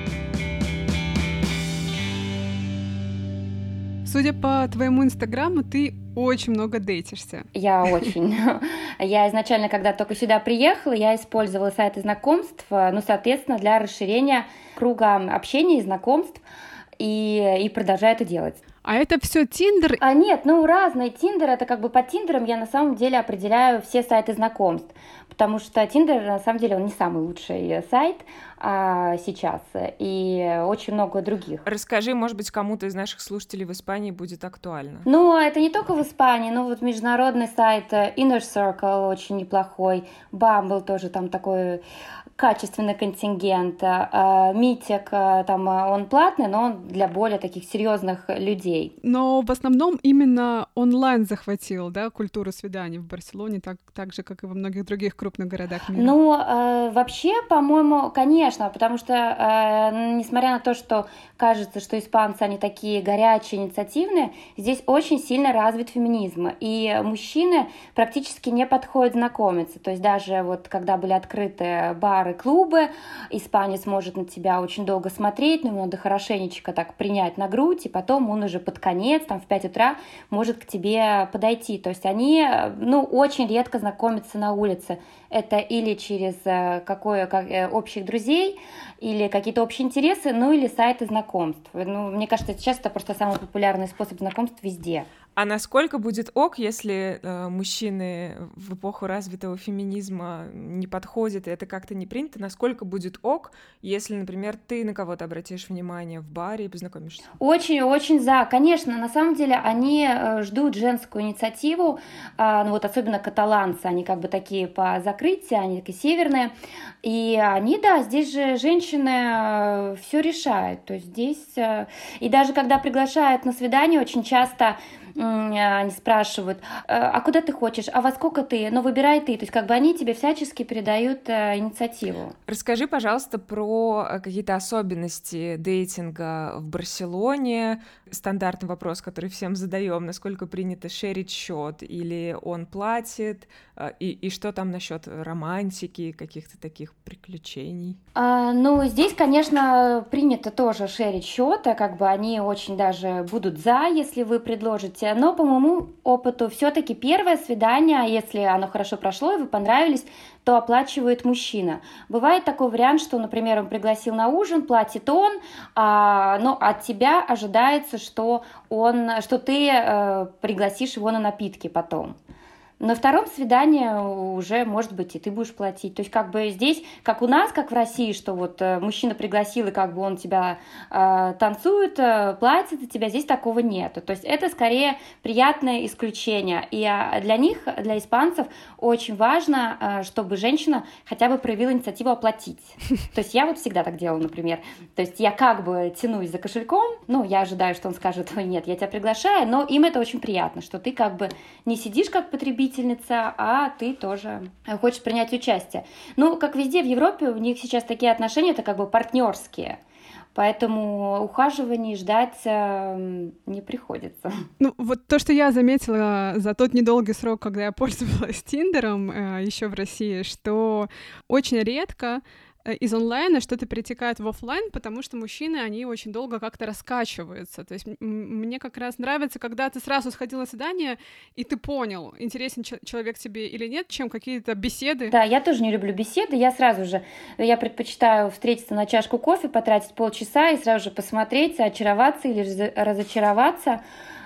Судя по твоему инстаграму, ты очень много дейтишься. Я очень. Я изначально, когда только сюда приехала, я использовала сайты знакомств, ну, соответственно, для расширения круга общения и знакомств, и, и продолжаю это делать. А это все Tinder? А нет, ну разные. Tinder, это как бы под Тиндером я на самом деле определяю все сайты знакомств, потому что Tinder на самом деле он не самый лучший сайт а, сейчас, и очень много других. Расскажи, может быть, кому-то из наших слушателей в Испании будет актуально. Ну, это не только в Испании, но вот международный сайт Inner Circle очень неплохой, Bumble тоже там такой качественный контингент, Митик, там он платный, но он для более таких серьезных людей. Но в основном именно онлайн захватил, да, культуру свиданий в Барселоне, так, так же, как и во многих других крупных городах мира. Ну, э, вообще, по-моему, конечно, потому что, э, несмотря на то, что кажется, что испанцы, они такие горячие, инициативные, здесь очень сильно развит феминизм, и мужчины практически не подходят знакомиться, то есть даже вот когда были открыты бары бары, клубы, испанец может на тебя очень долго смотреть, но ему надо хорошенечко так принять на грудь, и потом он уже под конец, там в пять утра, может к тебе подойти. То есть они, ну, очень редко знакомятся на улице. Это или через какое, как, общих друзей, или какие-то общие интересы, ну или сайты знакомств. Ну, мне кажется, сейчас это просто самый популярный способ знакомств везде. А насколько будет ок, если э, мужчины в эпоху развитого феминизма не подходят, и это как-то не принято? Насколько будет ок, если, например, ты на кого-то обратишь внимание в баре и познакомишься? Очень-очень за. Конечно, на самом деле они э, ждут женскую инициативу, э, ну вот особенно каталанцы, они как бы такие по закрытию, они такие северные, и они, да, здесь же женщины э, все решают, то есть здесь, э, и даже когда приглашают на свидание, очень часто они спрашивают, а куда ты хочешь, а во сколько ты, ну выбирай ты, то есть как бы они тебе всячески передают инициативу. Расскажи, пожалуйста, про какие-то особенности дейтинга в Барселоне. Стандартный вопрос, который всем задаем: насколько принято шерить счет, или он платит, и, и что там насчет романтики, каких-то таких приключений? А, ну, здесь, конечно, принято тоже шерить счеты, как бы они очень даже будут за, если вы предложите. Но по моему опыту все-таки первое свидание, если оно хорошо прошло и вы понравились, то оплачивает мужчина. Бывает такой вариант, что, например, он пригласил на ужин, платит он, а, но от тебя ожидается, что, он, что ты э, пригласишь его на напитки потом. На втором свидании уже, может быть, и ты будешь платить. То есть как бы здесь, как у нас, как в России, что вот мужчина пригласил, и как бы он тебя э, танцует, э, платит за тебя, здесь такого нет. То есть это скорее приятное исключение. И для них, для испанцев, очень важно, э, чтобы женщина хотя бы проявила инициативу оплатить. То есть я вот всегда так делала, например. То есть я как бы тянусь за кошельком, ну, я ожидаю, что он скажет: ой, нет, я тебя приглашаю, но им это очень приятно, что ты как бы не сидишь как потребитель, а ты тоже хочешь принять участие. Ну, как везде в Европе, у них сейчас такие отношения, это как бы партнерские. Поэтому ухаживаний ждать э, не приходится. Ну, вот то, что я заметила за тот недолгий срок, когда я пользовалась Тиндером э, еще в России, что очень редко из онлайна что-то перетекает в офлайн, потому что мужчины, они очень долго как-то раскачиваются. То есть м- мне как раз нравится, когда ты сразу сходил на свидание, и ты понял, интересен ч- человек тебе или нет, чем какие-то беседы. Да, я тоже не люблю беседы, я сразу же, я предпочитаю встретиться на чашку кофе, потратить полчаса и сразу же посмотреть, очароваться или разочароваться,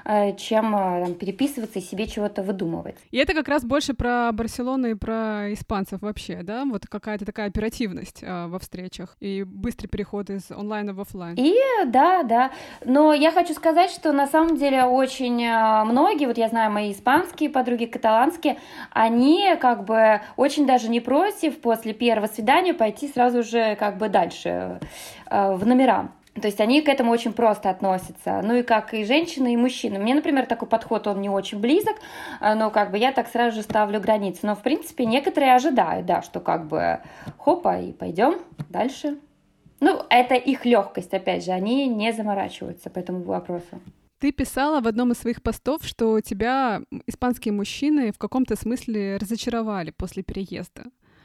чем там, переписываться и себе чего-то выдумывать. И это как раз больше про Барселону и про испанцев вообще, да? Вот какая-то такая оперативность э, во встречах и быстрый переход из онлайна в офлайн. И да, да. Но я хочу сказать, что на самом деле очень многие, вот я знаю, мои испанские подруги, каталанские, они как бы очень даже не против после первого свидания пойти сразу же как бы дальше э, в номера. То есть они к этому очень просто относятся. Ну и как и женщины, и мужчины. Мне, например, такой подход, он не очень близок, но как бы я так сразу же ставлю границы. Но, в принципе, некоторые ожидают, да, что как бы хопа, и пойдем дальше. Ну, это их легкость, опять же, они не заморачиваются по этому вопросу. Ты писала в одном из своих постов, что тебя испанские мужчины в каком-то смысле разочаровали после переезда.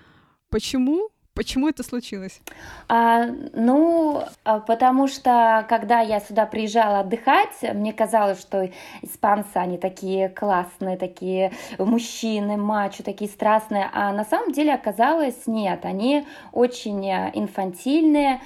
Почему? Почему это случилось? А, ну, потому что, когда я сюда приезжала отдыхать, мне казалось, что испанцы, они такие классные, такие мужчины, мачо, такие страстные, а на самом деле оказалось нет, они очень инфантильные,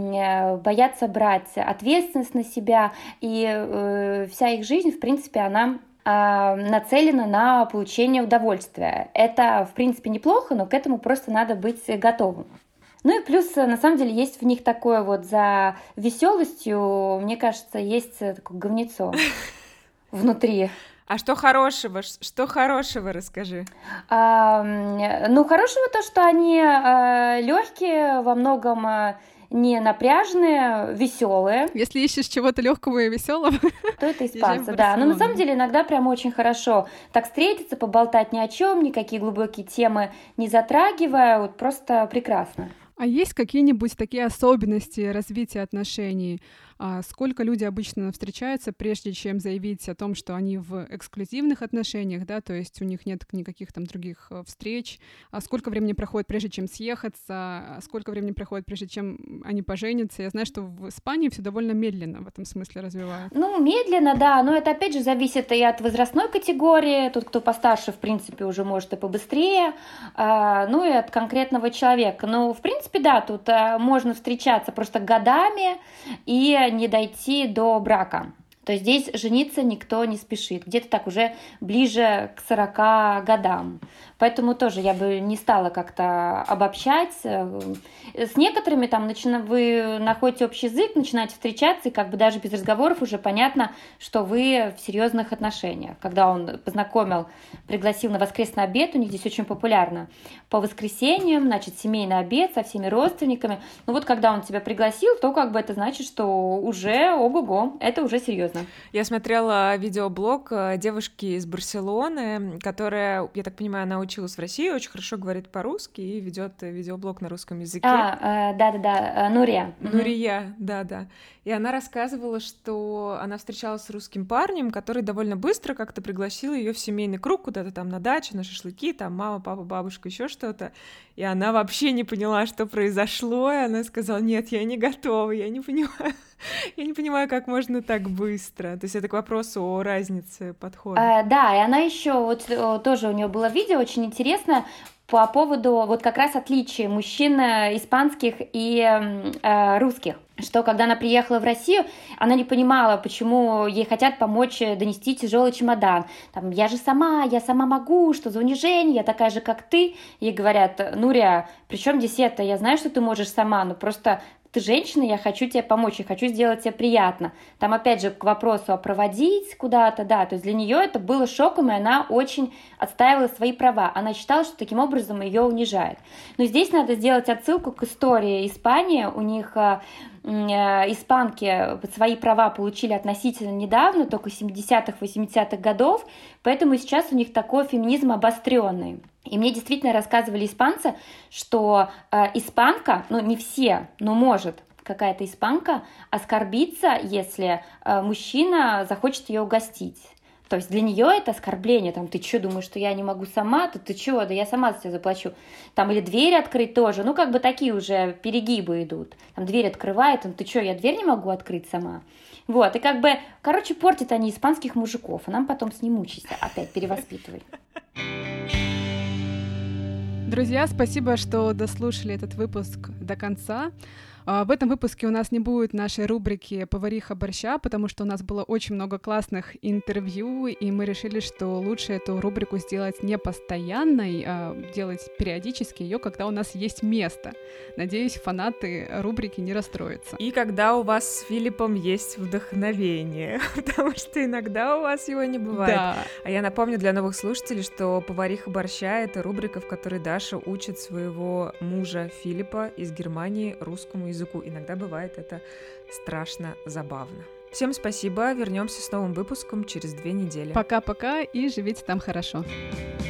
боятся брать ответственность на себя, и э, вся их жизнь, в принципе, она нацелена на получение удовольствия. Это, в принципе, неплохо, но к этому просто надо быть готовым. Ну и плюс, на самом деле, есть в них такое вот за веселостью, мне кажется, есть такое говнецо внутри. А что хорошего? Что хорошего, расскажи. А, ну, хорошего то, что они а, легкие, во многом а, не напряжные, веселые. Если ищешь чего-то легкого и веселого, то это испанцы, да. Но на самом деле иногда прям очень хорошо так встретиться, поболтать ни о чем, никакие глубокие темы не затрагивая, вот просто прекрасно. А есть какие-нибудь такие особенности развития отношений? А сколько люди обычно встречаются, прежде чем заявить о том, что они в эксклюзивных отношениях, да, то есть у них нет никаких там других э, встреч? А сколько времени проходит, прежде чем съехаться? А сколько времени проходит, прежде чем они поженятся? Я знаю, что в Испании все довольно медленно в этом смысле развивают. Ну, медленно, да, но это опять же зависит и от возрастной категории. Тот, кто постарше, в принципе, уже может и побыстрее, а, ну и от конкретного человека. Но, в принципе, да, тут а, можно встречаться просто годами и не дойти до брака. То есть здесь жениться никто не спешит. Где-то так уже ближе к сорока годам. Поэтому тоже я бы не стала как-то обобщать. С некоторыми там начина... вы находите общий язык, начинаете встречаться, и как бы даже без разговоров уже понятно, что вы в серьезных отношениях. Когда он познакомил, пригласил на воскресный обед, у них здесь очень популярно, по воскресеньям, значит, семейный обед со всеми родственниками. Ну вот когда он тебя пригласил, то как бы это значит, что уже ого-го, это уже серьезно. Я смотрела видеоблог девушки из Барселоны, которая, я так понимаю, она училась в России, очень хорошо говорит по-русски и ведет видеоблог на русском языке. А, да-да-да, Нурия. Нурия, да-да. И она рассказывала, что она встречалась с русским парнем, который довольно быстро как-то пригласил ее в семейный круг куда-то там на дачу, на шашлыки, там мама, папа, бабушка, еще что-то. И она вообще не поняла, что произошло, и она сказала: нет, я не готова, я не понимаю. Я не понимаю, как можно так быстро. То есть это к вопросу о разнице подхода. А, да, и она еще вот тоже у нее было видео очень интересное по поводу вот как раз отличия мужчин испанских и э, русских. Что когда она приехала в Россию, она не понимала, почему ей хотят помочь донести тяжелый чемодан. Там, я же сама, я сама могу, что за унижение, я такая же, как ты. Ей говорят: Нурия, при чем здесь это? Я знаю, что ты можешь сама, но просто ты женщина, я хочу тебе помочь, я хочу сделать тебе приятно. Там опять же к вопросу о проводить куда-то, да, то есть для нее это было шоком, и она очень отстаивала свои права. Она считала, что таким образом ее унижает. Но здесь надо сделать отсылку к истории Испании. У них э, э, испанки свои права получили относительно недавно, только семидесятых, восьмидесятых годов, поэтому сейчас у них такой феминизм обостренный. И мне действительно рассказывали испанцы, что э, испанка, ну не все, но может какая-то испанка оскорбиться, если э, мужчина захочет ее угостить. То есть для нее это оскорбление. Там, ты что, думаешь, что я не могу сама? Ты, ты что, да я сама за тебя заплачу. Там, или дверь открыть тоже. Ну, как бы такие уже перегибы идут. Там дверь открывает, там, ты что, я дверь не могу открыть сама? Вот, и как бы, короче, портят они испанских мужиков, а нам потом с ним учиться, опять перевоспитывать. Друзья, спасибо, что дослушали этот выпуск до конца. В этом выпуске у нас не будет нашей рубрики «Повариха борща», потому что у нас было очень много классных интервью, и мы решили, что лучше эту рубрику сделать не постоянной, а делать периодически ее, когда у нас есть место. Надеюсь, фанаты рубрики не расстроятся. И когда у вас с Филиппом есть вдохновение, потому что иногда у вас его не бывает. Да. А я напомню для новых слушателей, что «Повариха борща» — это рубрика, в которой Даша учит своего мужа Филиппа из Германии русскому языку. языку. Иногда бывает это страшно забавно. Всем спасибо. Вернемся с новым выпуском через две недели. Пока-пока и живите там хорошо.